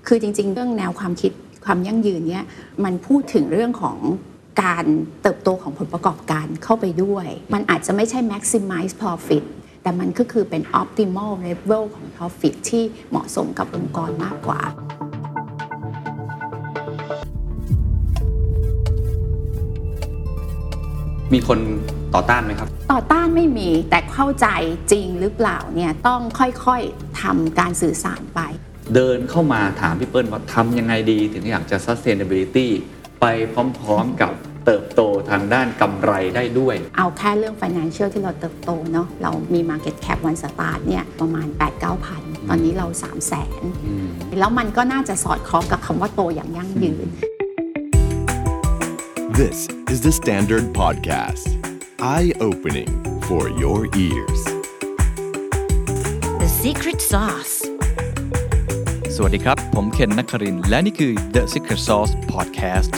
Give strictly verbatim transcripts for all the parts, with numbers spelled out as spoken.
คือจริงๆเรื่องแนวความคิดความยั่งยืนเนี่ยมันพูดถึงเรื่องของการเติบโตของผลประกอบการเข้าไปด้วยมันอาจจะไม่ใช่ maximize profit แต่มันก็คือเป็น optimal level ของ profit ที่เหมาะสมกับองค์กรมากกว่ามีคนต่อต้านไหมครับต่อต้านไม่มีแต่เข้าใจจริงหรือเปล่าเนี่ยต้องค่อยๆทำการสื่อสารไปเดินเข้ามาถามพี่เปิ้ลว่าทำยังไงดีถึงอยากจะ sustainability ไปพร้อมๆกับเติบโตทางด้านกำไรได้ด้วยเอาแค่เรื่อง financial ที่เราเติบโตเนาะเรามี market cap วัน start เนี่ยประมาณ แปดถึงเก้าพัน ตอนนี้เรา สามแสน แล้วมันก็น่าจะสอดคล้องกับคำว่าโตอย่างยั่งยืน This is the Standard Podcast Eye-opening for your ears The Secret Sauce สวัสดีครับผมเคนนักครินทร์และนี่คือ The Secret Sauce Podcast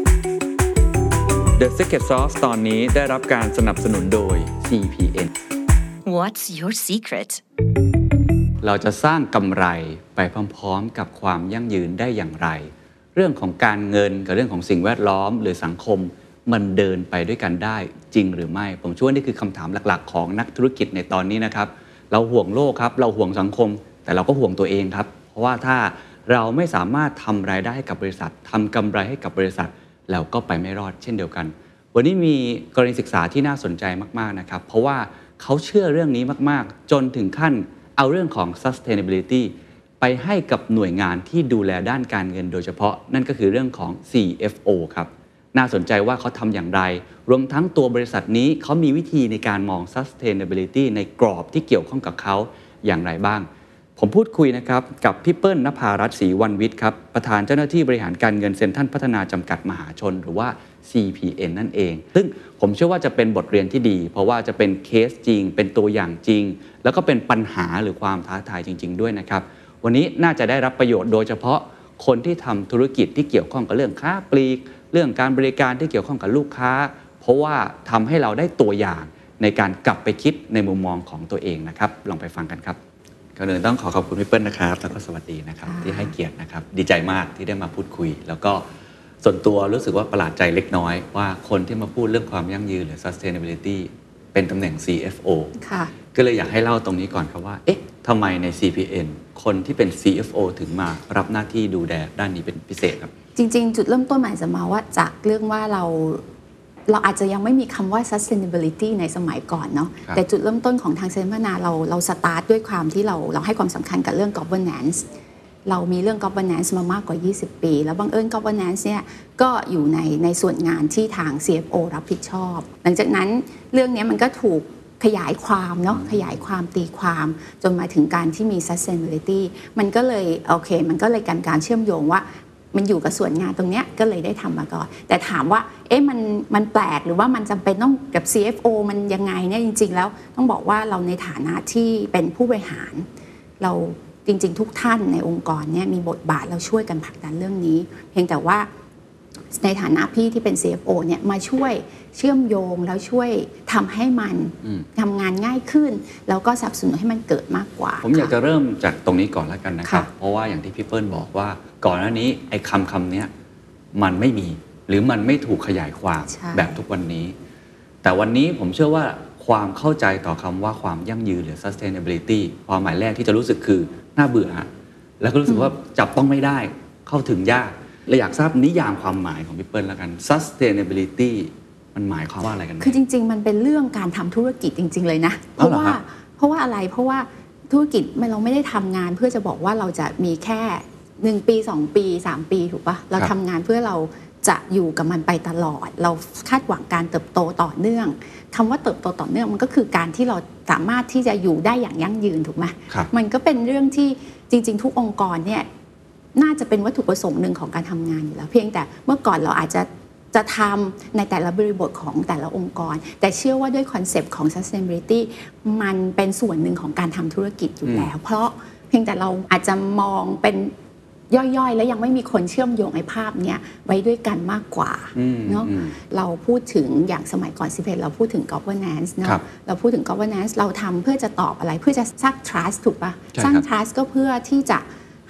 The Secret Sauce ตอนนี้ได้รับการสนับสนุนโดย ซี พี เอ็น What's your secret เราจะสร้างกำไรไปพร้อมๆกับความยั่งยืนได้อย่างไรเรื่องของการเงินกับเรื่องของสิ่งแวดล้อมหรือสังคมมันเดินไปด้วยกันได้จริงหรือไม่ผมช่วยนี่คือคำถามหลักๆของนักธุรกิจในตอนนี้นะครับเราห่วงโลกครับเราห่วงสังคมแต่เราก็ห่วงตัวเองครับเพราะว่าถ้าเราไม่สามารถทำรายได้ให้กับบริษัททำกำไรให้กับบริษัทเราก็ไปไม่รอดเช่นเดียวกันวันนี้มีกรณีศึกษาที่น่าสนใจมากๆนะครับเพราะว่าเขาเชื่อเรื่องนี้มากๆจนถึงขั้นเอาเรื่องของ sustainability ไปให้กับหน่วยงานที่ดูแลด้านการเงินโดยเฉพาะนั่นก็คือเรื่องของ ซี เอฟ โอ ครับน่าสนใจว่าเขาทำอย่างไรรวมทั้งตัวบริษัทนี้เขามีวิธีในการมอง sustainability ในกรอบที่เกี่ยวข้องกับเขาอย่างไรบ้างผมพูดคุยนะครับกับพี่เปิ้ลณภารัตน์ศรีวรรณวิทย์ครับประธานเจ้าหน้าที่บริหารการเงินเซ็นทรัลพัฒนาจำกัดมหาชนหรือว่า ซี พี เอ็น นั่นเองซึ่งผมเชื่อว่าจะเป็นบทเรียนที่ดีเพราะว่าจะเป็นเคสจริงเป็นตัวอย่างจริงแล้วก็เป็นปัญหาหรือความท้าทายจริงๆด้วยนะครับวันนี้น่าจะได้รับประโยชน์โดยเฉพาะคนที่ทำธุรกิจที่เกี่ยวข้องกับเรื่องค้าปลีกเรื่องการบริการที่เกี่ยวข้องกับลูกค้าเพราะว่าทำให้เราได้ตัวอย่างในการกลับไปคิดในมุมมองของตัวเองนะครับลองไปฟังกันครับก่อนอื่นต้องขอขอบคุณพี่เปิ้ลนะครับแล้วก็สวัสดีนะครับที่ให้เกียรตินะครับดีใจมากที่ได้มาพูดคุยแล้วก็ส่วนตัวรู้สึกว่าประหลาดใจเล็กน้อยว่าคนที่มาพูดเรื่องความยั่งยืนหรือ sustainability เป็นตำแหน่ง ซี เอฟ โอค่ะก็เลยอยากให้เล่าตรงนี้ก่อนครับว่าเอ๊ะทำไมใน ซี พี เอ็น คนที่เป็น ซี เอฟ โอ ถึงมารับหน้าที่ดูแลด้านนี้เป็นพิเศษครับจริงๆจุดเริ่มต้นหมายจะมาว่าจากเรื่องว่าเราเราอาจจะยังไม่มีคำว่า sustainability ในสมัยก่อนเนาะแต่จุดเริ่มต้นของทางเซ็นทรัลพัฒนาเราเราสตาร์ทด้วยความที่เราเราให้ความสำคัญกับเรื่อง governance เรามีเรื่อง governance มามากกว่ายี่สิบปีแล้วบังเอิญ governance เนี่ยก็อยู่ในในส่วนงานที่ทาง ซี เอฟ โอ รับผิดชอบหลังจากนั้นเรื่องนี้มันก็ถูกขยายความเนาะขยายความตีความจนมาถึงการที่มี sustainability มันก็เลยโอเคมันก็เลยการการเชื่อมโยงว่ามันอยู่กับส่วนงานตรงเนี้ยก็เลยได้ทำมาก่อนแต่ถามว่าเอ๊ะมันมันแปลกหรือว่ามันจำเป็นต้องกับ ซี เอฟ โอ มันยังไงเนี่ยจริงๆแล้วต้องบอกว่าเราในฐานะที่เป็นผู้บริหารเราจริงๆทุกท่านในองค์กรเนี่ยมีบทบาทเราช่วยกันผลักดันเรื่องนี้เพียงแต่ว่าในฐานะพี่ที่เป็น ซี เอฟ โอ เนี่ยมาช่วยเชื่อมโยงแล้วช่วยทำให้มันทำงานง่ายขึ้นแล้วก็สนับสนุนให้มันเกิดมากกว่าผมอยากจะเริ่มจากตรงนี้ก่อนแล้วกันนะครับเพราะว่าอย่างที่พี่เปิ้ลบอกว่าก่อนหน้านี้ไอ้คำคำนี้มันไม่มีหรือมันไม่ถูกขยายความแบบทุกวันนี้แต่วันนี้ผมเชื่อว่าความเข้าใจต่อคำว่าความยั่งยืนหรือ sustainability ความหมายแรกที่จะรู้สึกคือน่าเบื่อแล้วก็รู้สึกว่าจับต้องไม่ได้เข้าถึงยากเลยอยากทราบนิยามความหมายของพี่เปิ้ลแล้วกัน sustainability มันหมายความว่าอะไรกันคือจริงๆมันเป็นเรื่องการทำธุรกิจจริงๆเลยนะเพราะว่าเพราะว่าอะไรเพราะว่าธุรกิจเราไม่ได้ทำงานเพื่อจะบอกว่าเราจะมีแค่หนึ่งปีสองปีสามปีถูกปะเราทำงานเพื่อเราจะอยู่กับมันไปตลอดเราคาดหวังการเติบโตต่อเนื่องคำว่าเติบโตต่อเนื่องมันก็คือการที่เราสามารถที่จะอยู่ได้อย่างยั่งยืนถูกไหมมันก็เป็นเรื่องที่จริงๆทุกองค์กรเนี่ยน่าจะเป็นวัตถุประสงค์หนึ่งของการทำงานอยู่แล้วเพียงแต่เมื่อก่อนเราอาจจะจะทำในแต่ละบริบทของแต่ละองค์กรแต่เชื่อว่าด้วยคอนเซปต์ของ sustainability มันเป็นส่วนหนึ่งของการทำธุรกิจอยู่แล้วเพราะเพียงแต่เราอาจจะมองเป็นย่อยๆแล้วยังไม่มีคนเชื่อมโยงไอ้ภาพเนี้ยไว้ด้วยกันมากกว่าเนาะเราพูดถึงอย่างสมัยก่อนสิเพจเราพูดถึง governance เนาะเราพูดถึง governance เราทำเพื่อจะตอบอะไรเพื่อจะสร้าง trust ถูกปะสร้าง trust ก็เพื่อที่จะ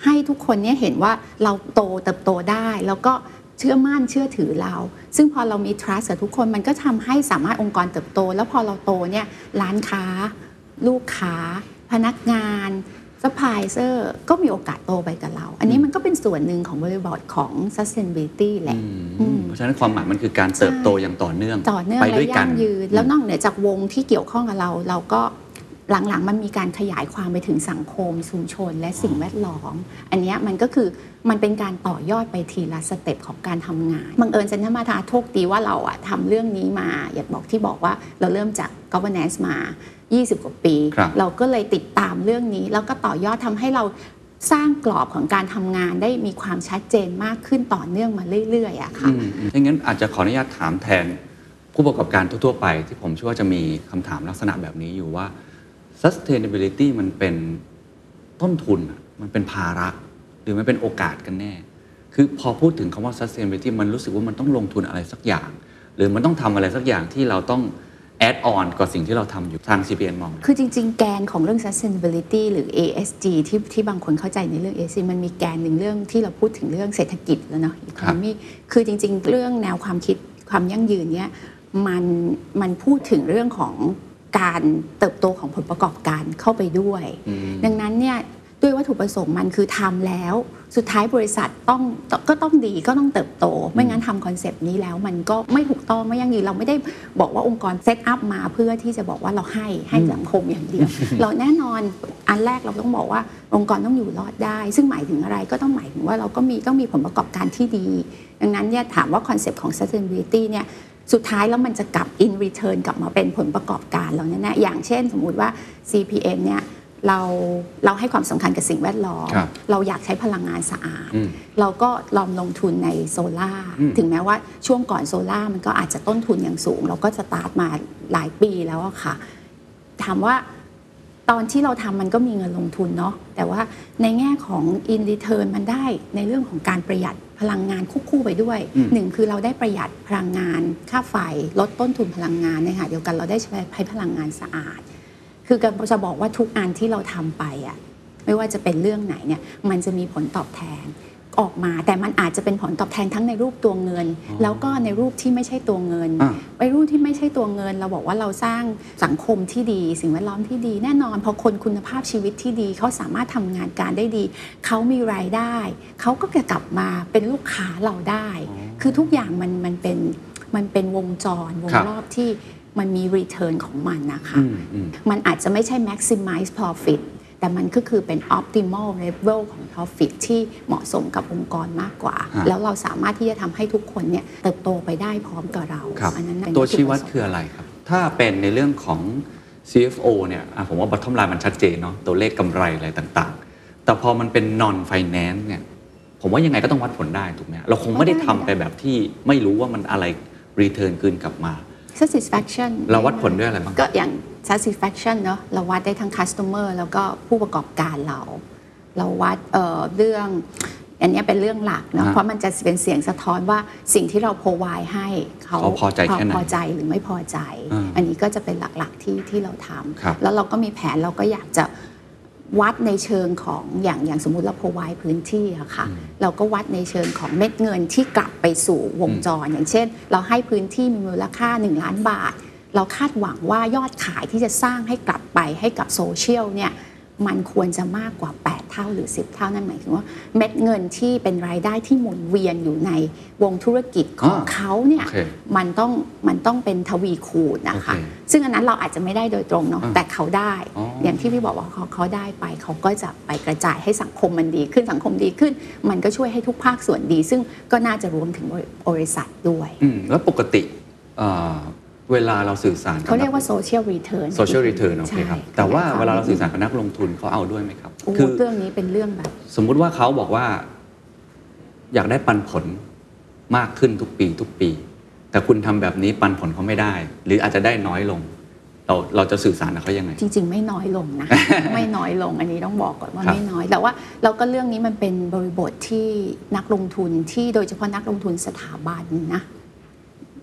ให้ทุกคนเนี่ยเห็นว่าเราโตเติบโตได้แล้วก็เชื่อมั่นเชื่อถือเราซึ่งพอเรามี trust กับทุกคนมันก็ทำให้สามารถองค์กรเติบโตแล้วพอเราโตเนี่ยร้านค้าลูกค้าพนักงานซัพพลายเออร์ก็มีโอกาสโตไปกับเราอันนี้มันก็เป็นส่วนหนึ่งของบริบทของ sustainability แหละเพราะฉะนั้นความหมายมันคือการเติบโตอย่างต่อเนื่องต่อเนื่องและยั่งยืนแล้วนอกเหนือจากวงที่เกี่ยวข้องกับเราเราก็หลังๆมันมีการขยายความไปถึงสังคมชุมชนและสิ่งแวดล้อมอันนี้มันก็คือมันเป็นการต่อยอดไปทีละสเต็ปของการทำงานบังเอิญเซ็นทรัลมาทาโชคดีว่าเราอะทำเรื่องนี้มาอยากบอกที่บอกว่าเราเริ่มจาก governance มายี่สิบกว่าปีเราก็เลยติดตามเรื่องนี้แล้วก็ต่อยอดทำให้เราสร้างกรอบของการทำงานได้มีความชัดเจนมากขึ้นต่อเนื่องมาเรื่อยๆอะค่ะดังนั้นอาจจะขออนุญาตถามแทนผู้ประกอบการทั่วๆไปที่ผมเชื่อว่าจะมีคำถามลักษณะแบบนี้อยู่ว่า sustainability มันเป็นต้นทุนมันเป็นภาระหรือมันเป็นโอกาสกันแน่คือพอพูดถึงคำว่า sustainability มันรู้สึกว่ามันต้องลงทุนอะไรสักอย่างหรือมันต้องทำอะไรสักอย่างที่เราต้องadd on กับสิ่งที่เราทำอยู่ทาง ซี พี เอ็น มองคือจริงๆแกนของเรื่อง sustainability หรือ เอ เอส จี ที่ที่บางคนเข้าใจในเรื่อง เอ เอส จี มันมีแกนหนึ่งเรื่องที่เราพูดถึงเรื่องเศรษฐกิจแล้วเนาะ economy คือจริงๆเรื่องแนวความคิดความยั่งยืนเนี้ยมันมันพูดถึงเรื่องของการเติบโตของผลประกอบการเข้าไปด้วยดังนั้นเนี่ยด้วยวัตถุประสงค์มันคือทำแล้วสุดท้ายบริษัทต้องก็ต้องดีก็ต้องเติบโตไม่งั้นทำคอนเซปต์นี้แล้วมันก็ไม่ถูกต้องไม่ยั่งยืนเราไม่ได้บอกว่าองค์กรเซตอัพมาเพื่อที่จะบอกว่าเราให้ให้สังคมอย่างเดียว เราแน่นอนอันแรกเราต้องบอกว่าองค์กรต้องอยู่รอดได้ซึ่งหมายถึงอะไรก็ต้องหมายถึงว่าเราก็มีต้องมีผลประกอบการที่ดีดังนั้นเนี่ยถามว่าคอนเซปต์ของ sustainability เนี่ยสุดท้ายแล้วมันจะกลับ in return กลับมาเป็นผลประกอบการเราแน่ๆอย่างเช่นสมมุติว่า ซี พี เอ็น เนี่ยเราเราให้ความสำคัญกับสิ่งแวดล้อมเราอยากใช้พลังงานสะอาดเราก็ลองลงทุนในโซล่าถึงแม้ว่าช่วงก่อนโซล่ามันก็อาจจะต้นทุนอย่างสูงเราก็สตาร์ทมาหลายปีแล้วอะค่ะถามว่าตอนที่เราทำมันก็มีเงินลงทุนเนาะแต่ว่าในแง่ของ in return มันได้ในเรื่องของการประหยัดพลังงานคู่ๆไปด้วยหนึ่งคือเราได้ประหยัดพลังงานค่าไฟลดต้นทุนพลังงานในขณะเดียวกันเราได้ใช้พลังงานสะอาดคือการจะบอกว่าทุกอันที่เราทำไปอ่ะไม่ว่าจะเป็นเรื่องไหนเนี่ยมันจะมีผลตอบแทนออกมาแต่มันอาจจะเป็นผลตอบแทนทั้งในรูปตัวเงินแล้วก็ในรูปที่ไม่ใช่ตัวเงินไปรูปที่ไม่ใช่ตัวเงินเราบอกว่าเราสร้างสังคมที่ดีสิ่งแวดล้อมที่ดีแน่นอนพอคนคุณภาพชีวิตที่ดีเขาสามารถทำงานการได้ดีเขามีรายได้เขาก็จะกลับมาเป็นลูกค้าเราได้คือทุกอย่างมันมันเป็นมันเป็นวงจรวงรอบที่มันมี return ของมันนะคะมันอาจจะไม่ใช่ maximize profit แต่มันก็คือเป็น optimal level ของ profit ที่เหมาะสมกับองค์กรมากกว่าแล้วเราสามารถที่จะทำให้ทุกคนเนี่ยเติบโตไปได้พร้อมกับเราอันนั้นตัวชี้วัดคืออะไรครับถ้าเป็นในเรื่องของ ซี เอฟ โอ เนี่ยผมว่า bottom line มันชัดเจนเนาะตัวเลขกำไรอะไรต่างๆแต่พอมันเป็น non finance เนี่ยผมว่ายังไงก็ต้องวัดผลได้ถูกไหมเราคงไม่ได้ทำไปแบบที่ไม่รู้ว่ามันอะไร return คืนกลับมา satisfaction เราวัดผลด้วยอะไรบ้างก็อย่าง satisfaction เนาะเราวัดได้ทั้ง customer แล้วก็ผู้ประกอบการเราเราวัด เอ่อ เรื่องอันนี้เป็นเรื่องหลักเนาะเพราะมันจะเป็นเสียงสะท้อนว่าสิ่งที่เรา provide ให้เขาพอใจแค่ไหนพอใจหรือไม่พอใจอันนี้ก็จะเป็นหลักๆที่ที่เราทำแล้วเราก็มีแผนเราก็อยากจะวัดในเชิงของอย่างอย่างสมมุติเรา provide พื้นที่อะค่ะเราก็วัดในเชิงของเม็ดเงินที่กลับไปสู่วงจรอย่างเช่นเราให้พื้นที่มีมูลค่าหนึ่งล้านบาทเราคาดหวังว่ายอดขายที่จะสร้างให้กลับไปให้กับโซเชียลเนี่ยมันควรจะมากกว่าแปดเท่าหรือสิบเท่านั่นหมายถึงว่าเม็ดเงินที่เป็นรายได้ที่หมุนเวียนอยู่ในวงธุรกิจของเขาเนี่ย okay. มันต้องมันต้องเป็นทวีคูณนะคะ okay. ซึ่งอันนั้นเราอาจจะไม่ได้โดยตรงเนาะแต่เขาได้ oh. อย่างที่พี่บอกว่าเขาเขาได้ไปเขาก็จะไปกระจายให้สังคมมันดีขึ้นสังคมดีขึ้นมันก็ช่วยให้ทุกภาคส่วนดีซึ่งก็น่าจะรวมถึงบริษัทด้วยแล้วปกติเวลาเราสื่อสารเขาเรียกว่า social return social return โอเคครับแต่ว่าเวลาเราสื่อสารกับนักลงทุนเขาเอาด้วยไหมครับคือเรื่องนี้เป็นเรื่องแบบสมมุติว่าเขาบอกว่าอยากได้ปันผลมากขึ้นทุกปีทุกปีแต่คุณทำแบบนี้ปันผลเขาไม่ได้หรืออาจจะได้น้อยลงเราเราจะสื่อสารกับเขายังไงจริงๆไม่น้อยลงนะ ไม่น้อยลงอันนี้ต้องบอกก่อนว่าไม่น้อยแต่ว่าเราก็เรื่องนี้มันเป็นบริบทที่นักลงทุนที่โดยเฉพาะนักลงทุนสถาบันนะ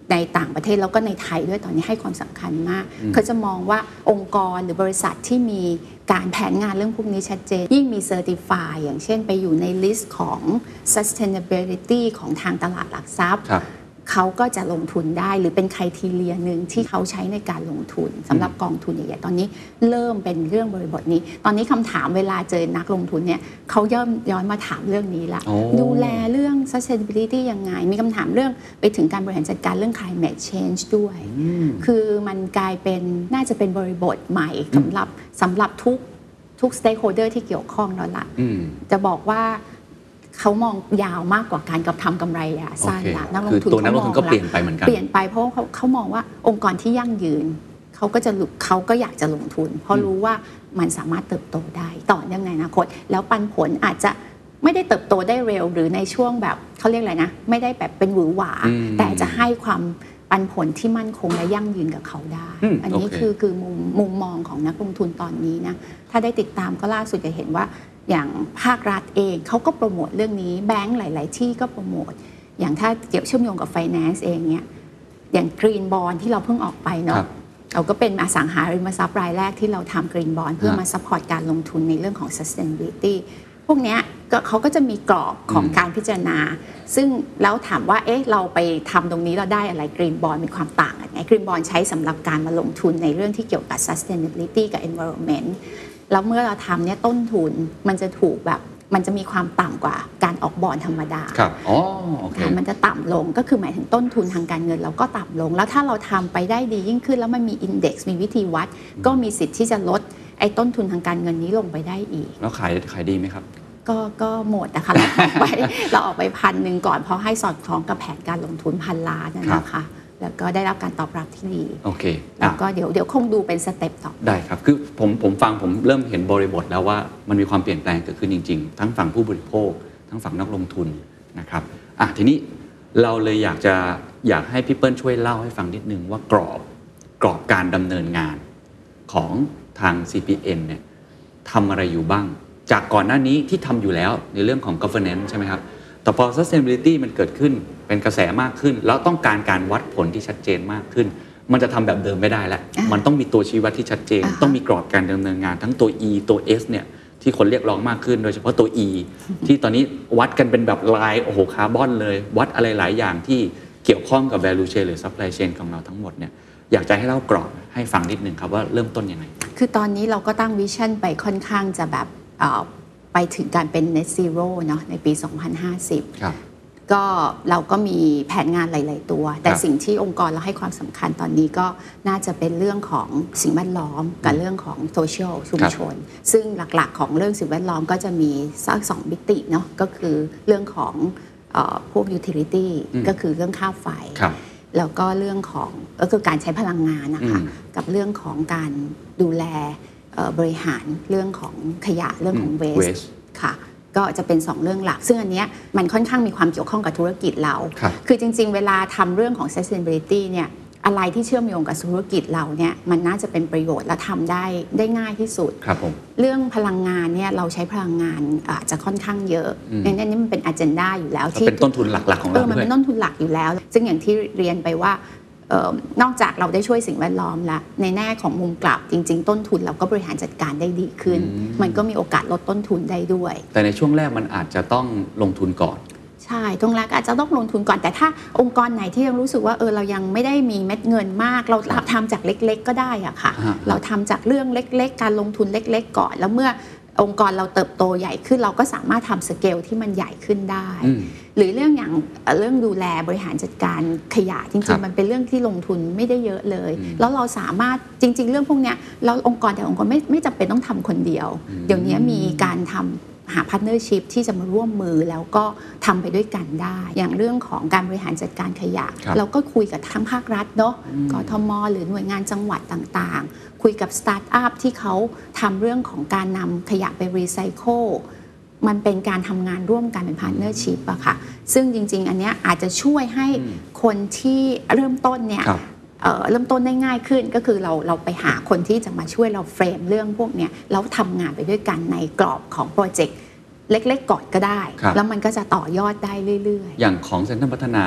ในต่างประเทศแล้วก็ในไทยด้วยตอนนี้ให้ความสำคัญมากเขาจะมองว่าองค์กรหรือบริษัทที่มีการแผนงานเรื่องพวกนี้ชัดเจนยิ่งมีเซอร์ติฟายอย่างเช่นไปอยู่ในลิสต์ของ sustainability ของทางตลาดหลักทรัพย์เขาก็จะลงทุนได้หรือเป็นไครทีเรียหนึ่งที่เขาใช้ในการลงทุนสำหรับกองทุนใหญ่ๆตอนนี้เริ่มเป็นเรื่องบริบทนี้ตอนนี้คำถามเวลาเจอนักลงทุนเนี่ยเขาย่อมย้อนมาถามเรื่องนี้ละดูแลเรื่อง sustainability ยังไงมีคำถามเรื่องไปถึงการบริหารจัดการเรื่อง climate change ด้วยคือมันกลายเป็นน่าจะเป็นบริบทใหม่สำหรับสำหรับทุกทุก stakeholder ที่เกี่ยวข้องแล้วล่ะจะบอกว่าเขามองยาวมากกว่าการกับทำกำไรระยะสั้นละนักลงทุนตัวนักลงทุนก็เปลี่ยนไปเหมือนกันเปลี่ยนไปเพราะเขาเขามองว่าองค์กรที่ยั่งยืนเขาก็จะเขาก็อยากจะลงทุนเพราะรู้ว่ามันสามารถเติบโตได้ต่อเนื่องในอนาคตแล้วปันผลอาจจะไม่ได้เติบโตได้เร็วหรือในช่วงแบบเขาเรียกอะไรนะไม่ได้แบบเป็นหวือหวาแต่จะให้ความปันผลที่มั่นคงและยั่งยืนกับเขาได้อันนี้คือคือมุมมุมมองของนักลงทุนตอนนี้นะถ้าได้ติดตามก็ล่าสุดจะเห็นว่าอย่างภาครัฐเองเขาก็โปรโมทเรื่องนี้แบงก์หลายๆที่ก็โปรโมทอย่างถ้าเกี่ยวเชื่อมโยงกับ Finance เองเนี่ยอย่าง Green Bond ที่เราเพิ่งออกไปเนาะเราก็เป็นอสังหาริมทรัพย์รายแรกที่เราทำ Green Bond เพื่อมาซัพพอร์ตการลงทุนในเรื่องของ Sustainability พวกนี้เขาก็จะมีกรอบของการพิจารณาซึ่งแล้วถามว่าเอ๊ะเราไปทำตรงนี้เราได้อะไร Green Bond มีความต่างกันไง Green Bond ใช้สำหรับการมาลงทุนในเรื่องที่เกี่ยวกับ Sustainability กับ Environmentแล้วเมื่อเราทำเนี่ยต้นทุนมันจะถูกแบบมันจะมีความต่ำกว่าการออกบอนธรรมดาครับอ๋อโอเคมันจะต่ำลงก็คือหมายถึงต้นทุนทางการเงินเราก็ต่ำลงแล้วถ้าเราทำไปได้ดียิ่งขึ้นแล้วมันมีอินเด็กซ์มีวิธีวัดก็มีสิทธิ์ที่จะลดไอ้ต้นทุนทางการเงินนี้ลงไปได้อีกแล้วขายขายดีไหมครับก็ก็หมดนะคะเราออกไปเราออกไปพันหนึ่งก่อนเพราะให้สอดคล้องกับแผนการลงทุนพันล้านนะคะแล้วก็ได้รับการตอบรับที่ดีโอเคแล้วก็เดี๋ยวเดี๋ยวคงดูเป็นสเต็ปต่อได้ครับคือผมผมฟังผมเริ่มเห็นบริบทแล้วว่ามันมีความเปลี่ยนแปลงเกิดขึ้นจริงๆทั้งฝั่งผู้บริโภคทั้งฝั่งนักลงทุนนะครับอ่ะทีนี้เราเลยอยากจะอยากให้พี่เปิ้ลช่วยเล่าให้ฟังนิดนึงว่ากรอบกรอบการดำเนินงานของทาง ซี พี เอ็น เนี่ยทำอะไรอยู่บ้างจากก่อนหน้านี้ที่ทำอยู่แล้วในเรื่องของ governance ใช่ไหมครับแต่พอ sustainability มันเกิดขึ้นเป็นกระแสมากขึ้นแล้วต้องการการวัดผลที่ชัดเจนมากขึ้นมันจะทำแบบเดิมไม่ได้แล้วมันต้องมีตัวชี้วัดที่ชัดเจนต้องมีกรอบการดำเนินงานทั้งตัว E ตัว S เนี่ยที่คนเรียกร้องมากขึ้นโดยเฉพาะตัว E ที่ตอนนี้วัดกันเป็นแบบลายโอ้โหคาร์บอนเลยวัดอะไรหลายอย่างที่เกี่ยวข้องกับ value chain หรือ supply chain ของเราทั้งหมดเนี่ยอยากจะให้เล่ากรอบให้ฟังนิดนึงครับว่าเริ่มต้นยังไงคือตอนนี้เราก็ตั้งวิชั่นไปค่อนข้างจะแบบไปถึงการเป็น net zero เนาะในปีสองพันห้าสิบครับก็เราก็มีแผนงานหลายๆตัวแต่สิ่งที่องค์กรเราให้ความสำคัญตอนนี้ก็น่าจะเป็นเรื่องของสิ่งแวดล้อมกับเรื่องของโซเชียลชุมชนซึ่งหลักๆของเรื่องสิ่งแวดล้อมก็จะมีสักสองมิติเนาะก็คือเรื่องของเอ่อพวก utility ก็คือเรื่องค่าไฟแล้วก็เรื่องของก็คือการใช้พลังงานนะคะกับเรื่องของการดูแลบริหารเรื่องของขยะเรื่องของ waste ค่ะก็จะเป็นสองเรื่องหลักซึ่งอันเนี้ยมันค่อนข้างมีความเกี่ยวข้องกับธุรกิจเราค, คือจริงๆเวลาทำเรื่องของ sustainability เนี่ยอะไรที่เชื่อมโยงกับธุรกิจเราเนี่ยมันน่าจะเป็นประโยชน์และทำได้ได้ง่ายที่สุดครับผมเรื่องพลังงานเนี่ยเราใช้พลังงานอาจจะค่อนข้างเยอะในนี้มันเป็น agenda อยู่แล้วที่เป็นต้นทุนหลักๆของเราด้วยมันเป็นต้นทุนหลักอยู่แล้วซึ่งอย่างที่เรียนไปว่าเอ่อนอกจากเราได้ช่วยสิ่งแวดล้อมแล้วในแง่ของมุมกลับจริงๆต้นทุนเราก็บริหารจัดการได้ดีขึ้นมันก็มีโอกาสลดต้นทุนได้ด้วยแต่ในช่วงแรกมันอาจจะต้องลงทุนก่อนใช่ตรงแรกอาจจะต้องลงทุนก่อนแต่ถ้าองค์กรไหนที่ยังรู้สึกว่าเออเรายังไม่ได้มีเม็ดเงินมากเราทำจากเล็กๆก็ได้อะค่ะเราทำจากเรื่องเล็กๆการลงทุนเล็กๆก่อนแล้วเมื่อองค์กรเราเติบโตใหญ่ขึ้นเราก็สามารถทำสเกลที่มันใหญ่ขึ้นได้หรือเรื่องอย่างเรื่องดูแลบริหารจัดการขยะจริงๆมันเป็นเรื่องที่ลงทุนไม่ได้เยอะเลยแล้วเราสามารถจริงๆเรื่องพวกนี้เราองค์กรแต่องค์กรไม่ไม่จำเป็นต้องทำคนเดียวเดี๋ยวนี้มีการทำหาพาร์ทเนอร์ชิพที่จะมาร่วมมือแล้วก็ทำไปด้วยกันได้อย่างเรื่องของการบริหารจัดการขยะเราก็คุยกับทั้งภาครัฐเนาะกทม.หรือหน่วยงานจังหวัดต่างๆคุยกับสตาร์ทอัพที่เขาทำเรื่องของการนำขยะไปรีไซเคิลมันเป็นการทำงานร่วมกันเป็นพาร์ทเนอร์ชิพอะค่ะซึ่งจริงๆอันเนี้ยอาจจะช่วยให้คนที่เริ่มต้นเนี่ยเอ่อเริ่มต้นได้ง่ายขึ้นก็คือเราเราไปหาคนที่จะมาช่วยเราเฟรมเรื่องพวกเนี้ยแล้วทำงานไปด้วยกันในกรอบของโปรเจกต์เล็กๆก่อนก็ได้แล้วมันก็จะต่อยอดได้เรื่อยๆอย่างของเซ็นทรัลพัฒนา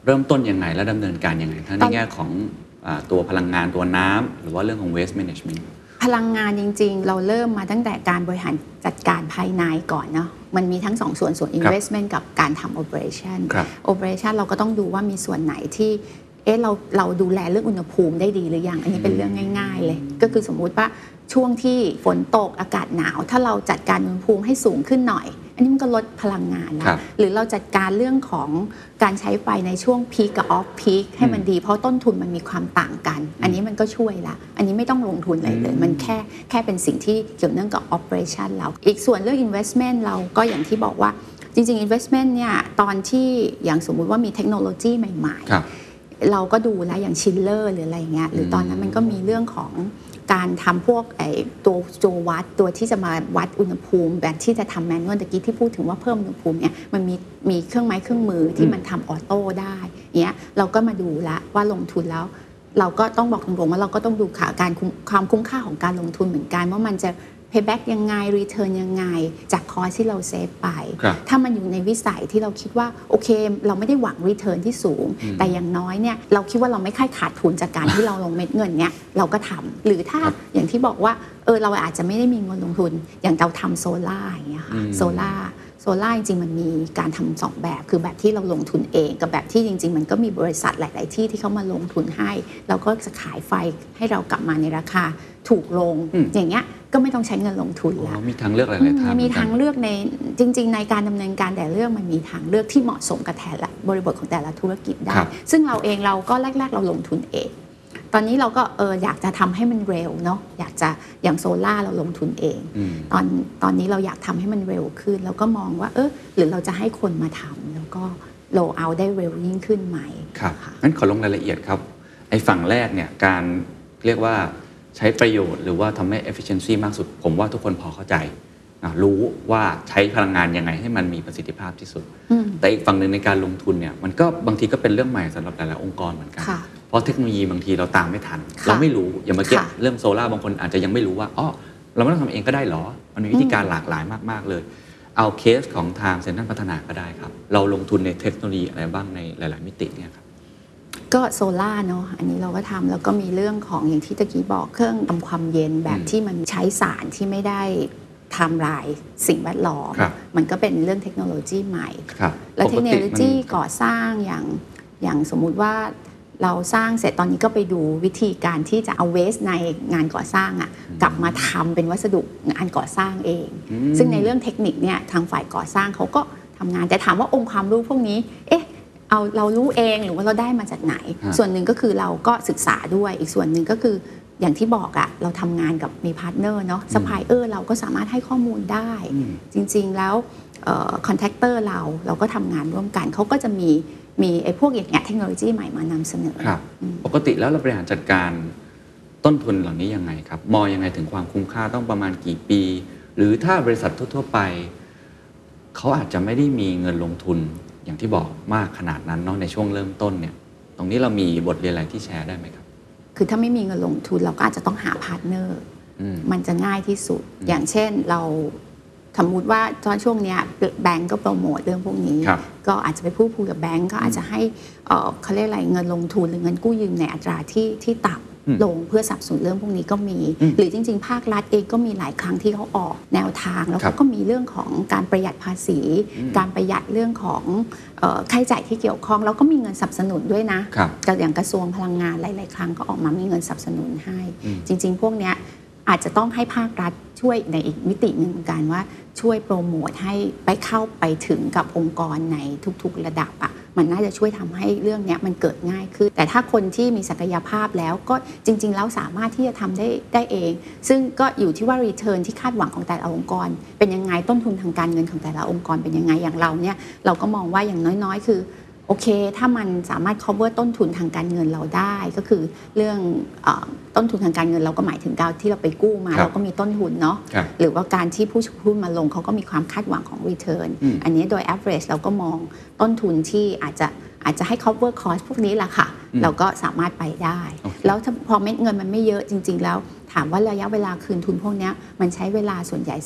เริ่มต้นยังไงและดำเนินการยังไงทั้งในแง่ของอ่าตัวพลังงานตัวน้ำหรือว่าเรื่องของ waste management พลังงานจริงๆเราเริ่มมาตั้งแต่การบริหารจัดการภายในก่อนเนาะมันมีทั้งสองส่วนส่วน investment กับการทำ operation operation เราก็ต้องดูว่ามีส่วนไหนที่เอ๊ะเราเราดูแลเรื่องอุณหภูมิได้ดีหรือยังอันนี้เป็นเรื่องง่ายๆเลยก็คือสมมุติว่าช่วงที่ฝนตกอากาศหนาวถ้าเราจัดการอุณหภูมิให้สูงขึ้นหน่อยอันนี้มันก็ลดพลังงานแล้วหรือเราจัดการเรื่องของการใช้ไฟในช่วง peak กับ off peak ให้มันดีเพราะต้นทุนมันมีความต่างกันอันนี้มันก็ช่วยละอันนี้ไม่ต้องลงทุนอะไรเลยมันแค่แค่เป็นสิ่งที่เกี่ยวเนื่องกับ operation เราอีกส่วนเรื่อง investment เราก็อย่างที่บอกว่าจริงๆ investment เนี่ยตอนที่อย่างสมมุติว่ามีเทคโนโลยีใหม่ๆเราก็ดูแล้วอย่างชิลเลอร์หรืออะไรเงี้ยหรือตอนนั้นมันก็มีเรื่องของการทำพวกไอ้ตัวตัววัดตัวที่จะมาวัดอุณหภูมิแบบที่จะทำแมนนวลตะกี้ที่พูดถึงว่าเพิ่มอุณหภูมิเนี่ยมันมีมีเครื่องไม้เครื่องมือที่มันทำออโต้ได้เนี้ยเราก็มาดูละว่าลงทุนแล้วเราก็ต้องบอกตรงๆว่าเราก็ต้องดูข่าวการความคุ้มค่าของการลงทุนเหมือนกันว่ามันจะ payback ยังไง return ยังไงจากคอสที่เราเซฟไปถ้ามันอยู่ในวิสัยที่เราคิดว่าโอเคเราไม่ได้หวัง return ที่สูงแต่อย่างน้อยเนี่ยเราคิดว่าเราไม่ค่อยขาดทุนจากการที่เราลงเม็ดเงินเนี่ยเราก็ทำหรือถ้าอย่างที่บอกว่าเออเราอาจจะไม่ได้มีเงินลงทุนอย่างเราทำโซล่าอย่างเงี้ยค่ะโซล่าโซล่าจริงๆมันมีการทำสองแบบคือแบบที่เราลงทุนเองกับแบบที่จริงๆมันก็มีบริษัทหลายๆที่ที่เขามาลงทุนให้แล้วก็จะขายไฟให้เรากลับมาในราคาถูกลงอย่างเงี้ยก็ไม่ต้องใช้เงินลงทุนแล้วมีทางเลือกหลายๆทางมีทางเลือกในจริงๆในการดำเนินการแต่เรื่องมันมีทางเลือกที่เหมาะสมกับแต่ละบริบทของแต่ละธุรกิจได้ซึ่งเราเองเราก็แรกๆเราลงทุนเองตอนนี้เราก็เอออยากจะทำให้มันเร็วเนาะอยากจะอย่างโซล่าเราลงทุนเองตอนตอนนี้เราอยากทำให้มันเร็วขึ้นแล้วก็มองว่าเออหรือเราจะให้คนมาทำแล้วก็โลเอาได้เร็วยิ่งขึ้นไหมครับงั้นขอลงรายละเอียดครับไอ้ฝั่งแรกเนี่ยการเรียกว่าใช้ประโยชน์หรือว่าทำให้ efficiency มากสุดผมว่าทุกคนพอเข้าใจนะรู้ว่าใช้พลังงานยังไงให้มันมีประสิทธิภาพที่สุดแต่อีกฝั่งหนึ่งในการลงทุนเนี่ยมันก็บางทีก็เป็นเรื่องใหม่สำหรับหลายๆองค์กรเหมือนกันเพราะเทคโนโลยีบางทีเราตามไม่ทันเราไม่รู้อย่างเมื่อกี้เรื่องโซล่าบางคนอาจจะยังไม่รู้ว่าอ๋อเราไม่ต้องทำเองก็ได้หรอมันมีวิธีการหลากหลายมากๆเลยเอาเคสของทางเซ็นทรัลพัฒนาก็ได้ครับเราลงทุนในเทคโนโลยีอะไรบ้างในหลายๆมิติเนี่ยครับก็โซล่าเนาะอันนี้เราก็ทำแล้วก็มีเรื่องของอย่างที่ตะกี้บอกเครื่องทำความเย็นแบบที่มันใช้สารที่ไม่ได้ทำลายสิ่งแวดล้อมมันก็เป็นเรื่องเทคโนโลยีใหม่แล้วเทคโนโลยีก่อสร้างอย่างอย่างสมมุติว่าเราสร้างเสร็จตอนนี้ก็ไปดูวิธีการที่จะเอาเวสในงานก่อสร้างอ่ะกลับมาทำเป็นวัสดุงานก่อสร้างเองซึ่งในเรื่องเทคนิคเนี่ยทางฝ่ายก่อสร้างเขาก็ทำงานแต่ถามว่าองค์ความรู้พวกนี้เอ๊ะเอาเรารู้เองหรือว่าเราได้มาจากไหนส่วนหนึ่งก็คือเราก็ศึกษาด้วยอีกส่วนหนึ่งก็คืออย่างที่บอกอะเราทำงานกับมีพาร์ทเนอร์เนาะซัพพลายเออร์เราก็สามารถให้ข้อมูลได้จริงๆแล้วคอนแทคเตอร์เราเราก็ทำงานร่วมกันเขาก็จะมีมีไอ้พวกอย่างเงี้ยเทคโนโลยีใหม่มานำเสนอครับปกติแล้วเราบริหารจัดการต้นทุนเหล่านี้ยังไงครับมองยังไงถึงความคุ้มค่าต้องประมาณกี่ปีหรือถ้าบริษัททั่วๆไปเขาอาจจะไม่ได้มีเงินลงทุนอย่างที่บอกมากขนาดนั้นเนาะในช่วงเริ่มต้นเนี่ยตรงนี้เรามีบทเรียนอะไรที่แชร์ได้ไหมครับคือถ้าไม่มีเงินลงทุนเราก็อาจจะต้องหาพาร์ทเนอร์มันจะง่ายที่สุดอย่างเช่นเราสมมติว่าตอนช่วงนี้แบงก์ก็โปรโมทเรื่องพวกนี้ก็อาจจะไปพูดคุยกับแบงก์ก็อาจจะให้เขาเรียกอะไรเงินลงทุนหรือเงินกู้ยืมในอัตราที่ที่ต่ำลงเพื่อสนับสนุนเรื่องพวกนี้ก็มีหรือจริงๆภาครัฐเองก็มีหลายครั้งที่เขาออกแนวทางแล้วเขาก็มีเรื่องของการประหยัดภาษีการประหยัดเรื่องของค่าใช้จ่ายที่เกี่ยวข้องแล้วก็มีเงินสนับสนุนด้วยนะอย่างกระทรวงพลังงานหลายๆครั้งก็ออกมามีเงินสนับสนุนให้จริงๆพวกนี้อาจจะต้องให้ภาครัฐช่วยในอีกมิติหนึ่งเหมือนกันว่าช่วยโปรโมทให้ไปเข้าไปถึงกับองค์กรในทุกๆระดับอ่ะมันน่าจะช่วยทำให้เรื่องนี้มันเกิดง่ายขึ้นแต่ถ้าคนที่มีศักยภาพแล้วก็จริงๆแล้วสามารถที่จะทำได้ได้เองซึ่งก็อยู่ที่ว่า return ที่คาดหวังของแต่ละองค์กรเป็นยังไงต้นทุนทางการเงินของแต่ละองค์กรเป็นยังไงอย่างเราเนี่ยเราก็มองว่าอย่างน้อยๆคือโอเคถ้ามันสามารถ cover ต้นทุนทางการเงินเราได้ก็คือเรื่องต้นทุนทางการเงินเราก็หมายถึงการที่เราไปกู้มาเราก็มีต้นทุนเนาะหรือว่าการที่ผู้ถือหุ้นมาลงเขาก็มีความคาดหวังของ return อันนี้โดย average เราก็มองต้นทุนที่อาจจะอาจจะให้ cover cost พวกนี้แหละค่ะเราก็สามารถไปได้แล้วพอเม็ดเงินมันไม่เยอะจริงๆแล้วถามว่าระยะเวลาคืนทุนพวกนี้มันใช้เวลาส่วนใหญ่สัก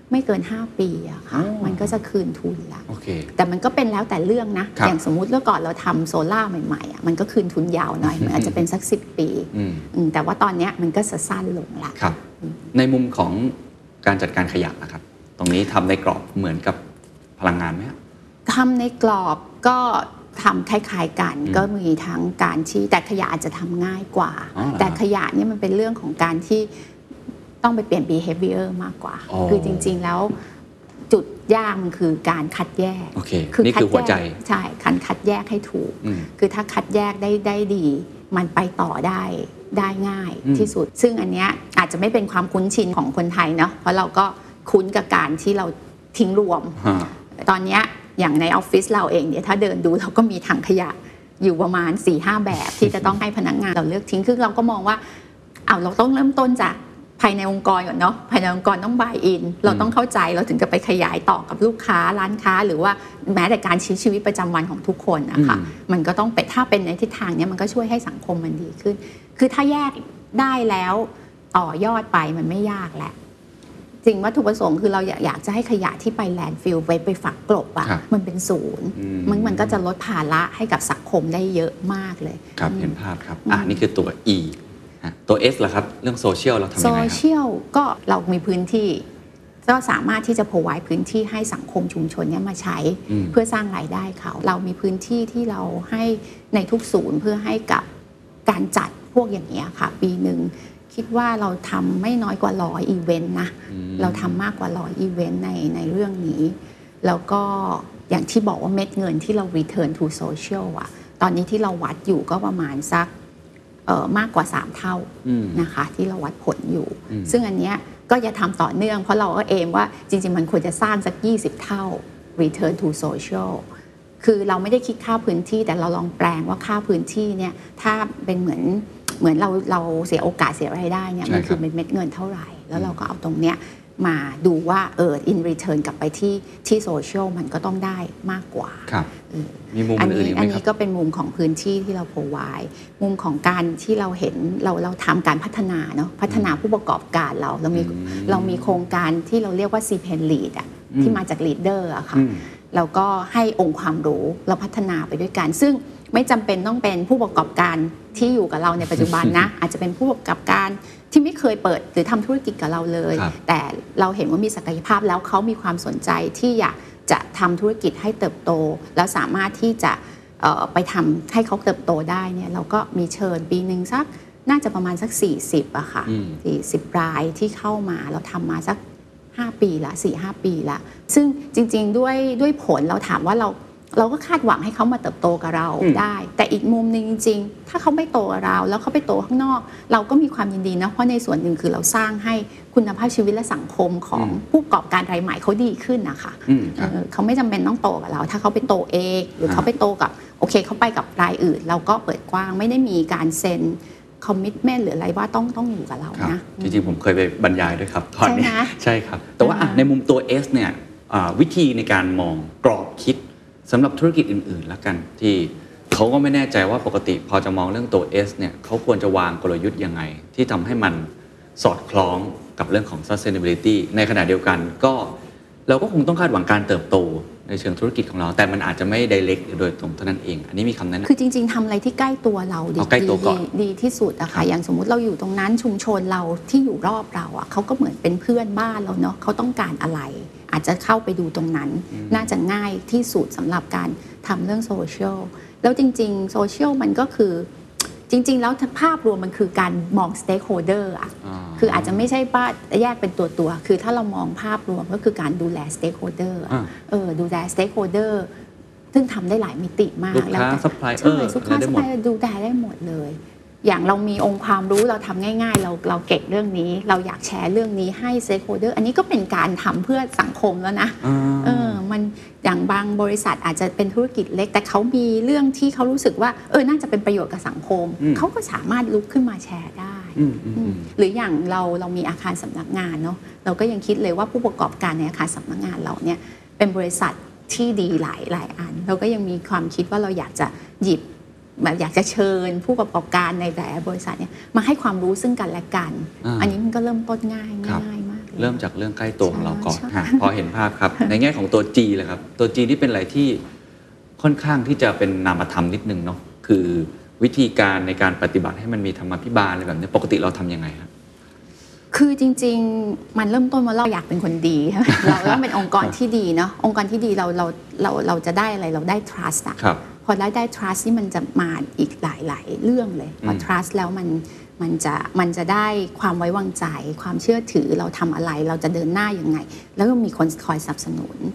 ไม่เกินห้าปีอะค่ะมันก็จะคืนทุนละ okay. แต่มันก็เป็นแล้วแต่เรื่องนะอย่างสมมุติเมื่อก่อนเราทำโซล่าใหม่ๆอะมันก็คืนทุนยาวหน่อยมันอาจจะเป็นสักสิบปีแต่ว่าตอนนี้มันก็จะสั้นลงละครับในมุมของการจัดการขยะนะครับตรงนี้ทำในกรอบเหมือนกับพลังงานไหมครับทำในกรอบก็ทำคล้ายๆกันก็มีทั้งการที่แต่ขยะอาจจะทำง่ายกว่าแต่ขยะเนี่ยมันเป็นเรื่องของการที่ต้องไปเปลี่ยน behavior มากกว่าคือจริงๆแล้วจุดยากมันคือการคัดแยก okay. คือนี่คือหัวใจใช่คันคัดแยกให้ถูกคือถ้าคัดแยกได้ได้ดีมันไปต่อได้ได้ง่ายที่สุดซึ่งอันเนี้ยอาจจะไม่เป็นความคุ้นชินของคนไทยเนาะเพราะเราก็คุ้นกับการที่เราทิ้งรวมตอนนี้อย่างในออฟฟิศเราเองเนี่ยถ้าเดินดูเราก็มีถังขยะอยู่ประมาณ สี่ห้า แบบที่จะต้องให้พนักงานเราเลือกทิ้งคือเราก็มองว่าเอาเราต้องเริ่มต้นจากภายในองค์กรก่อนเนาะภายในองค์กรต้อง buy in เราต้องเข้าใจเราถึงจะไปขยายต่อกับลูกค้าร้านค้าหรือว่าแม้แต่การใช้ชีวิตประจำวันของทุกคนนะคะมันก็ต้องเป็นถ้าเป็นในทิศทางนี้มันก็ช่วยให้สังคมมันดีขึ้นคือถ้าแยกได้แล้วต่อยอดไปมันไม่ยากแหละจริงวัตถุประสงค์คือเราอยากจะให้ขยะที่ไปแลนด์ฟิลไปไปฝังกลบอ่ะมันเป็นศูนย์มันมันก็จะลดภาระให้กับสังคมได้เยอะมากเลยครับเห็นภาพครับอ่านี่คือตัว E ตัว S ล่ะครับเรื่องโซเชียลเราทำยังไงครับโซเชียลก็เรามีพื้นที่ก็สามารถที่จะ provide พื้นที่ให้สังคมชุมชนนี้มาใช้เพื่อสร้างรายได้เขาเรามีพื้นที่ที่เราให้ในทุกศูนย์เพื่อให้กับการจัดพวกอย่างนี้ค่ะปีหนึ่งคิดว่าเราทำไม่น้อยกว่าร้อยอีเวนต์นะเราทำมากกว่าร้อยอีเวนต์ในในเรื่องนี้แล้วก็อย่างที่บอกว่าเม็ดเงินที่เรา return to social อะตอนนี้ที่เราวัดอยู่ก็ประมาณสักเอ่อมากกว่าสามเท่านะคะที่เราวัดผลอยู่ซึ่งอันเนี้ยก็จะทำต่อเนื่องเพราะเราก็เอมว่าจริงๆมันควรจะสร้างสักยี่สิบเท่า return to social คือเราไม่ได้คิดค่าพื้นที่แต่เราลองแปลงว่าค่าพื้นที่เนี่ยถ้าเป็นเหมือนเหมือนเราเราเสียโอกาสเสียรายได้เนี่ยมันคือเป็นเม็ดเงินเท่าไหร่แล้วเราก็เอาตรงเนี้ยมาดูว่าเออ in return กลับไปที่ที่โซเชียลมันก็ต้องได้มากกว่าครับมีมุมอื่นอีกไหมครับอันนี้ก็เป็นมุมของพื้นที่ที่เรา provide มุมของการที่เราเห็นเราเราทำการพัฒนาเนาะพัฒนาผู้ประกอบการเราเรามีเรามีโครงการที่เราเรียกว่า ซี เพน Lead อ่ะที่มาจาก leader อะค่ะแล้วก็ให้องค์ความรู้เราพัฒนาไปด้วยกันซึ่งไม่จำเป็นต้องเป็นผู้ประกอบการที่อยู่กับเราในปัจจุบันนะ อาจจะเป็นผู้ประกอบการที่ไม่เคยเปิดหรือทำธุรกิจกับเราเลยแต่เราเห็นว่ามีศักยภาพแล้วเขามีความสนใจที่อยากจะทำธุรกิจให้เติบโตแล้วสามารถที่จะไปทำให้เขาเติบโตได้เนี่ยเราก็มีเชิญปีหนึ่งสักน่าจะประมาณสักสี่สิบอะค่ะสี่สิบรายที่เข้ามาเราทำมาสักห้าปีละ สี่ห้า ปีละซึ่งจริงๆด้วยด้วยผลเราถามว่าเราเราก็คาดหวังให้เขามาเติบโตกับเราได้แต่อีกมุมนึงจริงๆถ้าเขาไม่โตกับเราแล้วเขาไปโตข้างนอกเราก็มีความยินดีนะเพราะในส่วนหนึ่งคือเราสร้างให้คุณภาพชีวิตและสังคมของผู้ประกอบการรายใหม่เขาดีขึ้นนะคะ เ, เขาไม่จำเป็นต้องโตกับเราถ้าเขาไปโตเองหรือเขาไปโตกับโอเคเขาไปกับรายอื่นเราก็เปิดกว้างไม่ได้มีการเซ็นคอมมิตเมนต์หรืออะไรว่าต้องต้องอยู่กับเรานะจริงๆผมเคยไปบรรยายด้วยครับตอนนี้ใช่ครับแต่ว่าในมุมตัว S เนี่ยวิธีในการมองกรอบคิดสำหรับธุรกิจอื่นๆแล้วกันที่เขาก็ไม่แน่ใจว่าปกติพอจะมองเรื่องตัว S เนี่ยเขาควรจะวางกลยุทธ์ยังไงที่ทำให้มันสอดคล้องกับเรื่องของ sustainability ในขณะเดียวกันก็เราก็คงต้องคาดหวังการเติบโตในเชิงธุรกิจของเราแต่มันอาจจะไม่ direct โดยตรงเท่านั้นเองอันนี้มีคำแนะนำคือจริงๆทำอะไรที่ใกล้ตัวเราดีดีที่สุดอะค่ะอย่างสมมุติเราอยู่ตรงนั้นชุมชนเราที่อยู่รอบเราอะเขาก็เหมือนเป็นเพื่อนบ้านเราเนาะเขาต้องการอะไรอาจจะเข้าไปดูตรงนั้นน่าจะง่ายที่สุดสำหรับการทำเรื่องโซเชียลแล้วจริงๆโซเชียลมันก็คือจริงๆแล้วภาพรวมมันคือการมอง stakeholder อ่ะคืออาจจะไม่ใช่ว่าแยกเป็นตัวตัวคือถ้าเรามองภาพรวมก็คือการดูแล stakeholder เออดูแล stakeholder ซึ่งทำได้หลายมิติมากแล้วลูกค้า supplier ใช่ลูกค้า supplier ดูแลได้หมดเลยอย่างเรามีองค์ความรู้เราทำง่ายๆเราเราเก่งเรื่องนี้เราอยากแชร์เรื่องนี้ให้ stakeholder อันนี้ก็เป็นการทำเพื่อสังคมแล้วนะเออมันอย่างบางบริษัทอาจจะเป็นธุรกิจเล็กแต่เขามีเรื่องที่เขารู้สึกว่าเออน่าจะเป็นประโยชน์กับสังคมเขาก็สามารถลุกขึ้นมาแชร์ได้หรืออย่างเราเรามีอาคารสำนักงานเนาะเราก็ยังคิดเลยว่าผู้ประกอบการในอาคารสำนักงานเราเนี่ยเป็นบริษัทที่ดีหลายหลายอันเราก็ยังมีความคิดว่าเราอยากจะหยิบแบบอยากจะเชิญผู้ประกอบการในแต่บริษัทเนี่ยมาให้ความรู้ซึ่งกันและกัน อ, อันนี้มันก็เริ่มต้นง่ายง่ายมากเริ่มจากเรื่องใกล้ตัวของเราก่อนใช่ฮะพอเห็นภาพครับ ในแง่ของตัว G เลยครับตัว G ที่เป็นอะไรที่ค่อนข้างที่จะเป็นนามธรรมนิดนึงเนาะคือวิธีการในการปฏิบัติให้มันมีธรรมาภิบาลอะไรแบบนี้ปกติเราทำยังไงครับคือจริงๆมันเริ่มต้นว่าเราอยากเป็นคนดี เราต้องเป็นองค์กรที่ดีเนาะองค์กรที่ดีเราเราเราเราจะได้อะไรเราได้ trust อะพอได้ได้ trust นี่มันจะมาอีกหลายๆเรื่องเลยพอ trust แล้วมันมันจะมันจะได้ความไว้วางใจความเชื่อถือเราทำอะไรเราจะเดินหน้ายังไงแล้วก็มีคนคอยสนับสนุน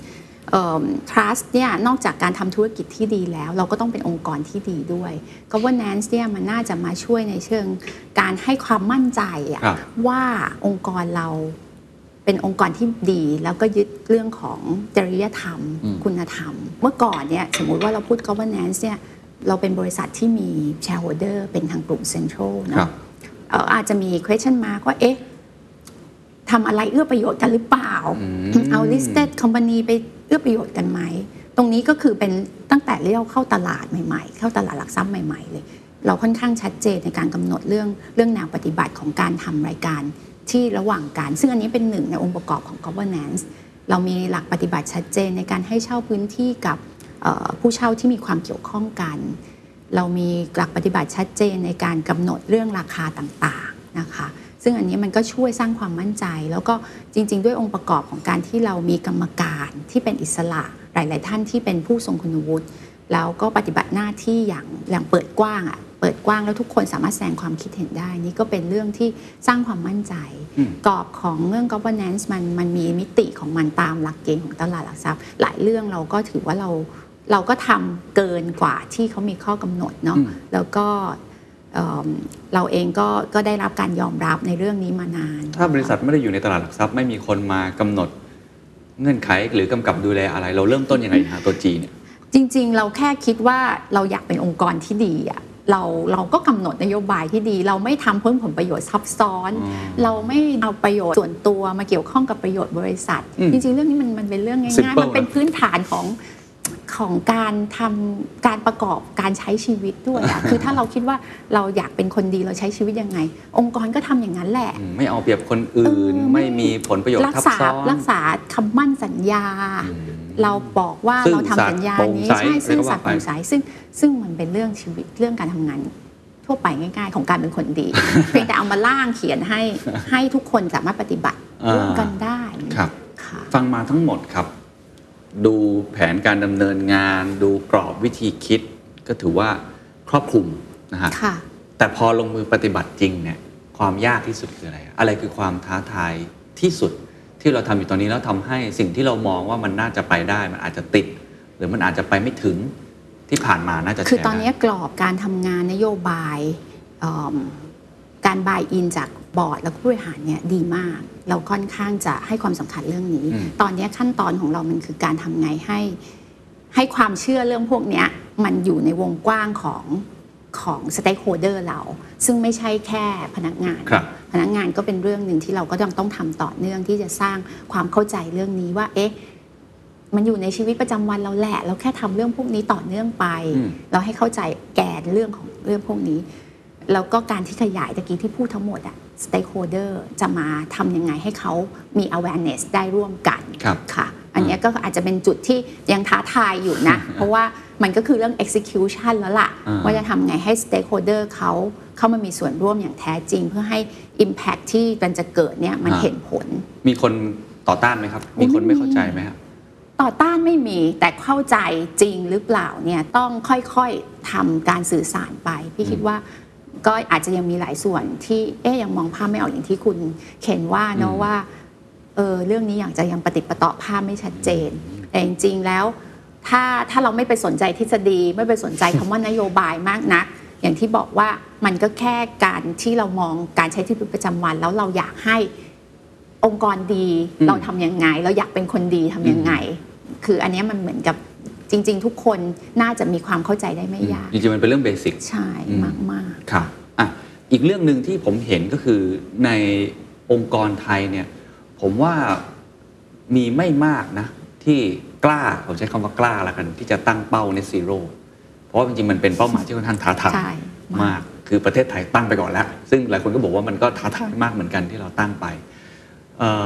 trust เนี่ยนอกจากการทำธุรกิจที่ดีแล้วเราก็ต้องเป็นองค์กรที่ดีด้วย governance เนี่ยมันน่าจะมาช่วยในเชิงการให้ความมั่นใจอะว่าองค์กรเราเป็นองค์กรที่ดีแล้วก็ยึดเรื่องของจริยธรรมคุณธรรมเมื่อก่อนเนี่ยสมมุติว่าเราพูด governance เนี่ยเราเป็นบริษัทที่มี shareholder เป็นทางกลุ่ม central เนาะอาจจะมี question mark ว่าเอ๊ะทำอะไรเอื้อประโยชน์กันหรือเปล่าเอา listed company ไปเอื้อประโยชน์กันไหมตรงนี้ก็คือเป็นตั้งแต่เรียกเข้าตลาดใหม่ๆเข้าตลาดหลักทรัพย์ใหม่ๆเลยเราค่อนข้างชัดเจนในการกำหนดเรื่องเรื่องแนวปฏิบัติของการทำรายการที่ระหว่างกันซึ่งอันนี้เป็นหนึ่งในองค์ประกอบของ governance เรามีหลักปฏิบัติชัดเจนในการให้เช่าพื้นที่กับผู้เช่าที่มีความเกี่ยวข้องกันเรามีหลักปฏิบัติชัดเจนในการกำหนดเรื่องราคาต่างๆนะคะซึ่งอันนี้มันก็ช่วยสร้างความมั่นใจแล้วก็จริงๆด้วยองค์ประกอบของการที่เรามีกรรมการที่เป็นอิสระหลายๆท่านที่เป็นผู้ทรงคุณวุฒิแล้วก็ปฏิบัติหน้าที่อย่างอย่างเปิดกว้างอ่ะเปิดกว้างแล้วทุกคนสามารถแสดงความคิดเห็นได้นี่ก็เป็นเรื่องที่สร้างความมั่นใจกรอบของเรื่อง governance มันมันมีมิติของมันตามหลักเกณฑ์ของตลาดหลักทรัพย์หลายเรื่องเราก็ถือว่าเราเราก็ทำเกินกว่าที่เขามีข้อกำหนดเนาะแล้วก็เอ่อเราเองก็ก็ได้รับการยอมรับในเรื่องนี้มานานถ้าบริษัทไม่ได้อยู่ในตลาดหลักทรัพย์ไม่มีคนมากำหนดเงื่อนไขหรือกำกับดูแลอะไรเราเริ่มต้นยังไงฮะตัว G เนี่ยจริงๆเราแค่คิดว่าเราอยากเป็นองค์กรที่ดีอ่ะเราเราก็กำหนดนโยบายที่ดีเราไม่ทำเพิ่มผลประโยชน์ซับซ้อนเราไม่เอาประโยชน์ส่วนตัวมาเกี่ยวข้องกับประโยชน์บริษัทจริงๆเรื่องนี้มันมันเป็นเรื่องง่ายๆมันเป็นพื้นฐานของของการทำการประกอบการใช้ชีวิตด้วยอะ คือถ้าเราคิดว่าเราอยากเป็นคนดีเราใช้ชีวิตยังไงองค์กรก็ทำอย่างนั้นแหละไม่เอาเปรียบคนอื่นไม่มีผลประโยชน์ทับซ้อนรักษาคำมั่นสัญญาเราบอกว่าเราทำสัญญานี้ใช่ซึ่งสัตย์โปร่งใสซึ่งซึ่งมันเป็นเรื่องชีวิตเรื่องการทำงานทั่วไปง่ายๆของการเป็นคนดี เพียงแต่เอามาล่างเขียนให้ให้ทุกคนสามารถปฏิบัติร่วมกันได้ครับฟังมาทั้งหมดครับดูแผนการดำเนินงานดูกรอบวิธีคิดก็ถือว่าครอบคลุมนะฮะแต่พอลงมือปฏิบัติจริงเนี่ยความยากที่สุดคืออะไรอะไรคือความท้าทายที่สุดที่เราทำอยู่ตอนนี้แล้วทำให้สิ่งที่เรามองว่ามันน่าจะไปได้มันอาจจะติดหรือมันอาจจะไปไม่ถึงที่ผ่านมาน่าจะคือตอนนี้กรอบการทำงานนโยบายการบายอินจากบอร์ดและผู้บริหารเนี่ยดีมากเราค่อนข้างจะให้ความสำคัญเรื่องนี้ตอนนี้ขั้นตอนของเรามันคือการทำไงให้ให้ความเชื่อเรื่องพวกนี้มันอยู่ในวงกว้างของของสเต็กโฮลเดอร์เราซึ่งไม่ใช่แค่พนักงานพนักงานก็เป็นเรื่องหนึ่งที่เราก็ต้องต้องทำต่อเนื่องที่จะสร้างความเข้าใจเรื่องนี้ว่าเอ๊ะมันอยู่ในชีวิตประจำวันเราแหละเราแค่ทำเรื่องพวกนี้ต่อเนื่องไปเราให้เข้าใจแกนเรื่องของเรื่องพวกนี้แล้วก็การที่ขยายตะกี้ที่พูดทั้งหมดอะ stakeholder จะมาทำยังไงให้เขามี awareness ได้ร่วมกันค่ะอันนี้ก็อาจจะเป็นจุดที่ยังท้าทายอยู่นะ เพราะว่ามันก็คือเรื่อง execution แล้วล่ะว่าจะทำไงให้ stakeholder เขาเข้ามามีส่วนร่วมอย่างแท้จริงเพื่อให้ impact ที่มันจะเกิดเนี่ยมันเห็นผลมีคนต่อต้านไหมครับมีคนไม่เข้าใจไหมครับต่อต้านไม่มีแต่เข้าใจจริงหรือเปล่าเนี่ยต้องค่อยๆทำการสื่อสารไปพี่คิดว่าก็อาจจะยังมีหลายส่วนที่เอ๊ยยังมองภาพไม่ออกอย่างที่คุณเขียนว่าเนาะว่าเออเรื่องนี้อยากจะยังปฏิปต่อภาพไม่ชัดเจนแต่จริงๆแล้วถ้าถ้าเราไม่ไปสนใจทฤษฎีไม่ไปสนใจคำว่านโยบายมากนักอย่างที่บอกว่ามันก็แค่การที่เรามองการใช้ชีวิตประจำวันแล้วเราอยากให้องค์กรดีเราทำยังไงเราอยากเป็นคนดีทำยังไงคืออันนี้มันเหมือนกับจริงๆทุกคนน่าจะมีความเข้าใจได้ไม่ยากจริงๆมันเป็นเรื่องเบสิกใช่มากๆครับอ่ะอีกเรื่องนึงที่ผมเห็นก็คือในองค์กรไทยเนี่ยผมว่ามีไม่มากนะที่กล้าผมใช้คำว่ากล้าละกันที่จะตั้งเป้า Net Zero เพราะว่าจริงๆมันเป็นเป้าหมายที่ค่อนข้างท้าทายมากคือประเทศไทยตั้งไปก่อนแล้วซึ่งหลายคนก็บอกว่ามันก็ท้าทายมากเหมือนกันที่เราตั้งไป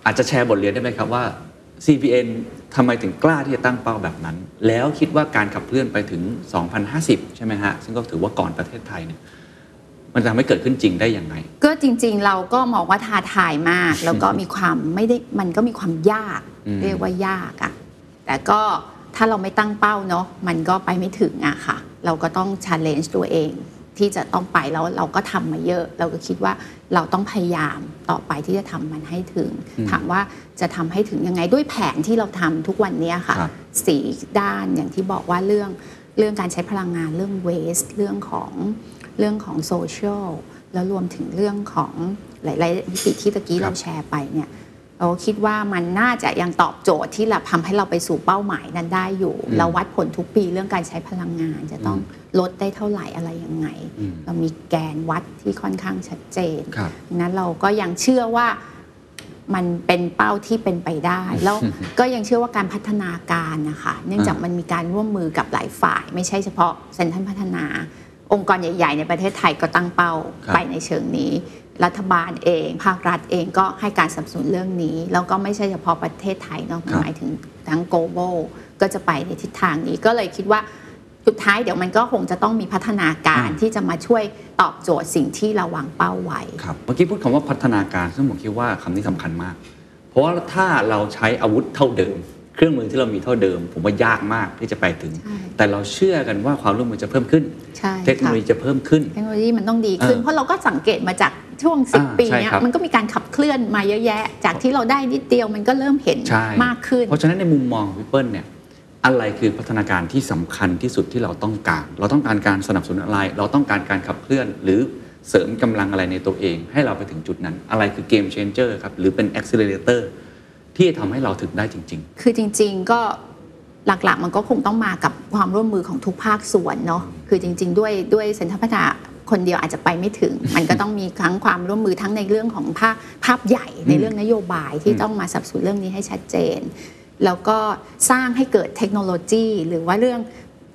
อาจจะแชร์บทเรียนได้ไหมครับว่า ซี พี เอ็น ทำไมถึงกล้าที่จะตั้งเป้าแบบนั้นแล้วคิดว่าการขับเคลื่อนไปถึงสองพันห้าสิบใช่ไหมฮะซึ่งก็ถือว่าก่อนประเทศไทยเนี่ยมันจะทำให้เกิดขึ้นจริงได้ยังไงก็จริงๆเราก็มองว่าท้าทายมากแล้วก็มีความไม่ได้มันก็มีความยากเรียกว่ายากอะแต่ก็ถ้าเราไม่ตั้งเป้าเนาะมันก็ไปไม่ถึงอะค่ะเราก็ต้อง challenge ตัวเองที่จะต้องไปแล้วเราก็ทำมาเยอะเราก็คิดว่าเราต้องพยายามต่อไปที่จะทำมันให้ถึงถามว่าจะทำให้ถึงยังไงด้วยแผนที่เราทำทุกวันนี้ค่ะสี่ด้านอย่างที่บอกว่าเรื่องเรื่องการใช้พลังงานเรื่อง waste เรื่องของเรื่องของ social แล้วรวมถึงเรื่องของหลายๆมิติที่ตะกี้เราแชร์ไปเนี่ยเราคิดว่ามันน่าจะยังตอบโจทย์ที่เราทำให้เราไปสู่เป้าหมายนั้นได้อยู่เราวัดผลทุกปีเรื่องการใช้พลังงานจะต้องลดได้เท่าไหร่อะไรยังไงเรามีแกนวัดที่ค่อนข้างชัดเจนนั้นเราก็ยังเชื่อว่ามันเป็นเป้าที่เป็นไปได้แล้วก็ยังเชื่อว่าการพัฒนาการนะคะเนื่องจากมันมีการร่วมมือกับหลายฝ่ายไม่ใช่เฉพาะเซ็นทรัลพัฒนาองค์กรใหญ่ๆในประเทศไทยก็ตั้งเป้าไปในเชิงนี้รัฐบาลเองภาครัฐเองก็ให้การสนับสนุนเรื่องนี้แล้วก็ไม่ใช่เฉพาะประเทศไทยเนาะหมายถึงทั้ง global ก็จะไปในทิศทางนี้ก็เลยคิดว่าสุดท้ายเดี๋ยวมันก็คงจะต้องมีพัฒนาการที่จะมาช่วยตอบโจทย์สิ่งที่เราวางเป้าไว้ครับเมื่อกี้พูดคำว่าพัฒนาการซึ่งผมคิดว่าคำนี้สำคัญมากเพราะว่าถ้าเราใช้อาวุธเท่าเดิมเครื่องมือที่เรามีเท่าเดิมผมว่ายากมากที่จะไปถึงแต่เราเชื่อกันว่าความร่วมมือจะเพิ่มขึ้นเทคโนโลยีจะเพิ่มขึ้นเทคโนโลยีมันต้องดีขึ้นเพราะเราก็สังเกตมาจากช่วงสิบปีเนี้ยมันก็มีการขับเคลื่อนมาเยอะแยะจากที่เราได้นิดเดียวมันก็เริ่มเห็นมากขึ้นเพราะฉะนั้นในมุมมองพี่เปิ้ลเนี่ยอะไรคือพัฒนาการที่สำคัญที่สุดที่เราต้องการเราต้องการการสนับสนุนอะไรเราต้องการการขับเคลื่อนหรือเสริมกำลังอะไรในตัวเองให้เราไปถึงจุดนั้นอะไรคือเกมเชนเจอร์ครับหรือเป็นแอคเซเลเรเตอร์ที่ทำให้เราถึงได้จริงๆคือจริงๆก็หลักๆมันก็คงต้องมากับความร่วมมือของทุกภาคส่วนเนาะคือจริงๆด้วยด้วยเซ็นทรัลพัฒนาคนเดียวอาจจะไปไม่ถึง มันก็ต้องมีทั้งความร่วมมือทั้งในเรื่องของภาพภาพใหญ่ในเรื่องนโยบายที่ต้องมาสนับสนุนเรื่องนี้ให้ชัดเจนแล้วก็สร้างให้เกิดเทคโนโลยีหรือว่าเรื่อง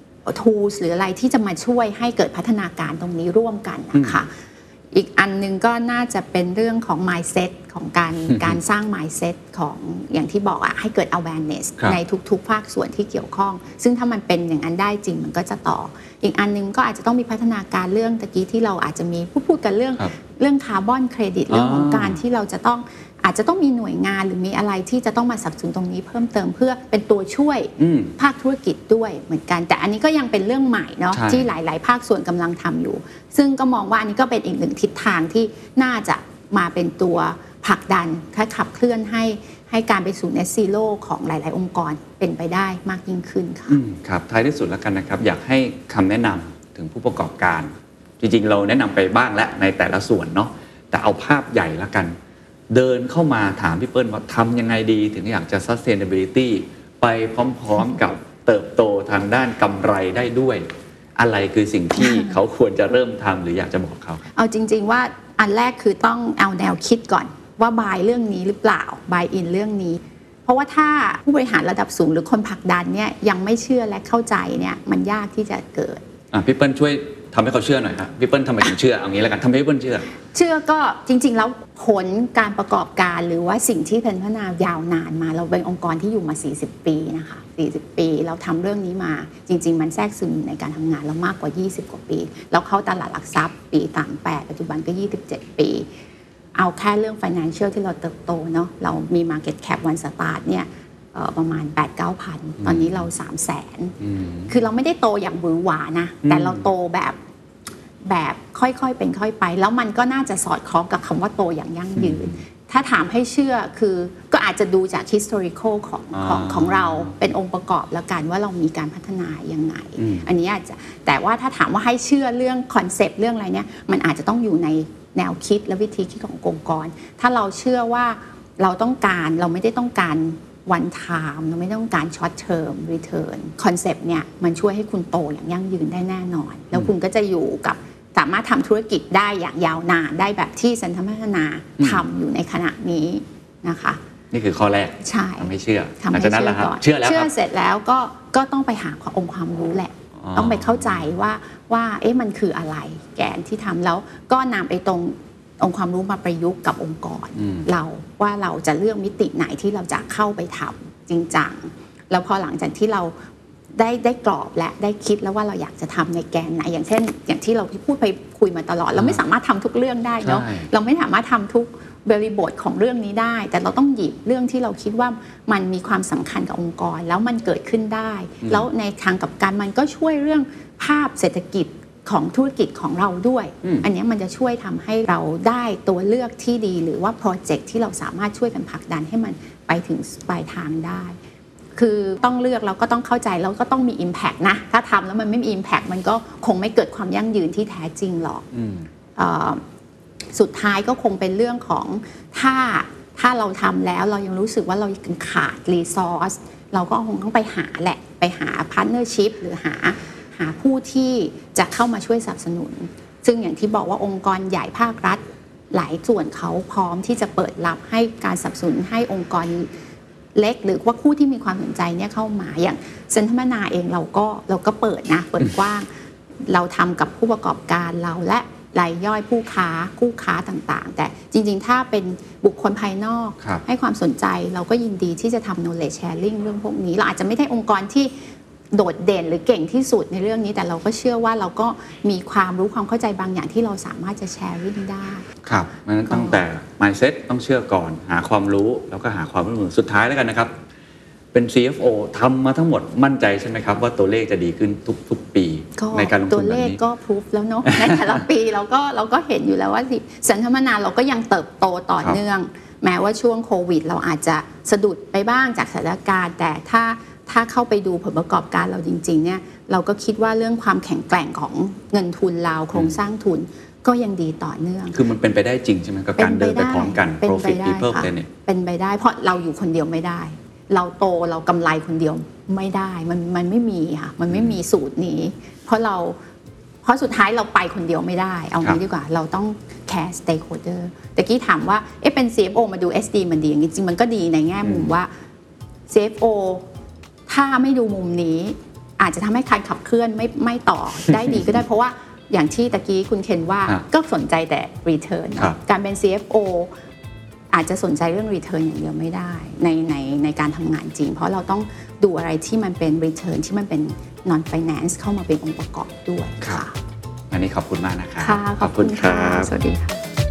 tools หรืออะไรที่จะมาช่วยให้เกิดพัฒนาการตรงนี้ร่วมกันนะคะอีกอันนึงก็น่าจะเป็นเรื่องของ mindset ของการการสร้าง mindset ของอย่างที่บอกอะให้เกิด awareness ในทุกๆภาคส่วนที่เกี่ยวข้องซึ่งถ้ามันเป็นอย่างนั้นได้จริงมันก็จะต่ออีกอันนึงก็อาจจะต้องมีพัฒนาการเรื่องตะกี้ที่เราอาจจะมีพูดพูดกันเรื่องเรื่องคาร์บอนเครดิตเรื่องของการที่เราจะต้องอาจจะต้องมีหน่วยงานหรือมีอะไรที่จะต้องมาสนับสนุนตรงนี้เพิ่มเติมเพื่อเป็นตัวช่วยภาคธุรกิจด้วยเหมือนกันแต่อันนี้ก็ยังเป็นเรื่องใหม่เนาะที่หลายๆภาคส่วนกำลังทำอยู่ซึ่งก็มองว่าอันนี้ก็เป็นอีกหนึ่งทิศทางที่น่าจะมาเป็นตัวผลักดันขับเคลื่อนให้ให้การไปสู่ Net Zero ของหลายๆองค์กรเป็นไปได้มากยิ่งขึ้นค่ะครับท้ายที่สุดแล้วกันนะครับอยากให้คำแนะนำถึงผู้ประกอบการจริงๆเราแนะนำไปบ้างแล้วในแต่ละส่วนเนาะแต่เอาภาพใหญ่แล้วกันเดินเข้ามาถามพี่เปิ้ลว่าทำยังไงดีถึงอยากจะ sustainability ไปพร้อมๆกับเติบโตทางด้านกำไรได้ด้วยอะไรคือสิ่งที่ เขาควรจะเริ่มทำหรืออยากจะบอกเขาเอาจริงๆว่าอันแรกคือต้องเอาแนวคิดก่อนว่า buy เรื่องนี้หรือเปล่า buy in เรื่องนี้เพราะว่าถ้าผู้บริหารระดับสูงหรือคนผลักดันเนี่ยยังไม่เชื่อและเข้าใจเนี่ยมันยากที่จะเกิดอ่ะพี่เปิ้ลช่วยทำให้เขาเชื่อหน่อยครับพี่เปิ้ลทำไมถึงเชื่อเอางี้แล้วกันทำให้พี่เปิ้ลเชื่อเชื่อก็จริงๆแล้วผลการประกอบการหรือว่าสิ่งที่เป็นพัฒนายาวนานมาเราเป็นองค์กรที่อยู่มาสี่สิบปีนะคะสี่สิบปีเราทำเรื่องนี้มาจริงๆมันแทรกซึมในการทำงานเรามากกว่ายี่สิบกว่าปีเราเข้าตลาดหลักทรัพย์ปีสามสิบแปดปัจจุบันก็ยี่สิบเจ็ดปีเอาแค่เรื่อง financial ที่เราเติบโตเนาะเรามี market cap วันสตาร์ทเนี่ยประมาณ แปดถึงเก้าพัน ตอนนี้เรา สามแสน คือเราไม่ได้โตอย่างหวือหวานะแต่เราโตแบบแบบค่อยๆเป็นค่อยไปแล้วมันก็น่าจะสอดคล้องกับคำว่าโตอย่างยั่งยืนถ้าถามให้เชื่อคือก็อาจจะดูจาก historical ของของของเราเป็นองค์ประกอบแล้วกันว่าเรามีการพัฒนายังไงอันนี้อาจจะแต่ว่าถ้าถามว่าให้เชื่อเรื่องคอนเซปต์เรื่องอะไรเนี่ยมันอาจจะต้องอยู่ในแนวคิดและวิธีคิดขององค์กรถ้าเราเชื่อว่าเราต้องการเราไม่ได้ต้องการone time เราไม่ต้องการ short term return คอนเซปต์เนี่ยมันช่วยให้คุณโตอย่างยั่งยืนได้แน่นอนแล้วคุณก็จะอยู่กับสามารถทำธุรกิจได้อย่างยาวนานได้แบบที่เซ็นทรัลพัฒนาทำอยู่ในขณะนี้นะคะนี่คือข้อแรกใช่ทำให้เชื่อทำให้เชื่อก่อนเชื่อแล้วเชื่อเสร็จแล้วก็ก็ต้องไปหาองค์ความรู้แหละต้องไปเข้าใจว่าว่าเอ๊ะมันคืออะไรแกนที่ทำแล้วก็นำไปตรงองค์ความรู้มาประยุกต์กับองค์กรเราว่าเราจะเลือกมิติไหนที่เราจะเข้าไปทำจริงจังแล้วพอหลังจากที่เราได้ได้กรอบและได้คิดแล้วว่าเราอยากจะทำในแกนไหนอย่างเช่นอย่างที่เราพูดไปคุยมาตลอดเราไม่สามารถทำทุกเรื่องได้เนาะเราไม่สามารถทำทุกบริบทของเรื่องนี้ได้แต่เราต้องหยิบเรื่องที่เราคิดว่ามันมีความสำคัญกับองค์กรแล้วมันเกิดขึ้นได้แล้วในทางกับการมันก็ช่วยเรื่องภาพเศรษฐกิจของธุรกิจของเราด้วย อ, อันนี้มันจะช่วยทำให้เราได้ตัวเลือกที่ดีหรือว่าโปรเจกต์ที่เราสามารถช่วยกันผลักดันให้มันไปถึงปลายทางได้คือต้องเลือกเราก็ต้องเข้าใจแล้วก็ต้องมี impact นะถ้าทำแล้วมันไม่มี impact มันก็คงไม่เกิดความยั่งยืนที่แท้จริงหรอกสุดท้ายก็คงเป็นเรื่องของถ้าถ้าเราทำแล้วเรายังรู้สึกว่าเรายังขาด resource เราก็คงต้องไปหาแหละไปหา partnership หรือหาหาผู้ที่จะเข้ามาช่วยสนับสนุนซึ่งอย่างที่บอกว่าองค์กรใหญ่ภาครัฐหลายส่วนเขาพร้อมที่จะเปิดรับให้การสนับสนุนให้องค์กรเล็กหรือว่าผู้ที่มีความสนใจเนี่ยเข้ามาอย่างเซ็นทรัลมนาเองเราก็เราก็เปิดนะเปิดกว้างเราทำกับผู้ประกอบการเราและรายย่อยผู้ค้าคู่ค้าต่างๆแต่จริงๆถ้าเป็นบุคคลภายนอกให้ความสนใจเราก็ยินดีที่จะทำ knowledge sharing เรื่องพวกนี้เราอาจจะไม่ได้องค์กรที่โดดเด่นหรือเก่งที่สุดในเรื่องนี้แต่เราก็เชื่อว่าเราก็มีความรู้ความเข้าใจบางอย่างที่เราสามารถจะแชร์ริ่งได้ครับเพราะฉะนั้นตั้งแต่ mindset ต้องเชื่อก่อนหาความรู้แล้วก็หาความร่วมมือสุดท้ายแล้วกันนะครับเป็น ซี เอฟ โอ ทำมาทั้งหมดมั่นใจใช่ไหมครับว่าตัวเลขจะดีขึ้นทุกๆปีในการลงทุนแบบนี้ตัวเลขก็พิสูจแล้วเนาะในแต่ละปีเราก็เราก็เห็นอยู่แล้วว่าเซ็นทรัลมนาเราก็ยังเติบโตต่อเนื่องแม้ว่าช่วงโควิดเราอาจจะสะดุดไปบ้างจากสถานการณ์แต่ถ้าถ้าเข้าไปดูผลประกอบการเราจริงๆเนี่ยเราก็คิดว่าเรื่องความแข็งแกร่งของเงินทุนเราโครงสร้างทุนก็ยังดีต่อเนื่องคือมันเป็นไปได้จริงใช่ไหมกับการเดินไปพร้อมกัน profit people planet เป็นไปได้เพราะเราอยู่คนเดียวไม่ได้เราโตเรากำไรคนเดียวไม่ได้มันมันไม่มีค่ะมันไม่มีสูตรนี้เพราะเราเพราะสุดท้ายเราไปคนเดียวไม่ได้เอางี้ดีกว่าเราต้องแคร์ stakeholder แต่กี้ถามว่าเอ๊ะเป็น ซี เอฟ โอ มาดู เอส ดี มันดีอย่างนี้จริงมันก็ดีในแง่มุมว่า ซี เอฟ โอ ถ้าไม่ดูมุมนี้อาจจะทำให้การขับเคลื่อนไม่ไม่ต่อได้ดีก็ได้เพราะว่าอย่างที่ตะกี้คุณเคนว่าก็สนใจแต่ return การเป็น ซี เอฟ โอ อาจจะสนใจเรื่อง return อย่างเดียวไม่ได้ในในในการทำงานจริงเพราะเราต้องดูอะไรที่มันเป็น return ที่มันเป็น non finance เข้ามาเป็นองค์ประกอบด้วยค่ะวันนี้ขอบคุณมากนะครับค่ะขอบคุณค่ะสวัสดีค่ะ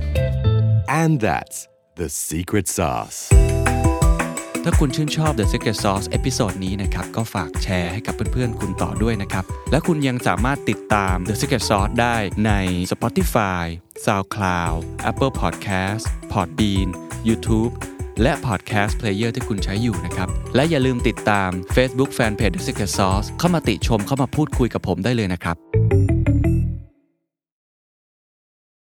And that's the secret sauce ถ้าคุณชื่นชอบ The Secret Sauce เอพิโซดนี้นะครับก็ฝากแชร์ให้กับเพื่อนๆคุณต่อด้วยนะครับและคุณยังสามารถติดตาม The Secret Sauce ได้ใน Spotify, SoundCloud, Apple Podcast, Podbean, YouTube และ Podcast Player ที่คุณใช้อยู่นะครับและอย่าลืมติดตาม Facebook Fanpage The Secret Sauce เข้ามาติชมเข้ามาพูดคุยกับผมได้เลยนะครับ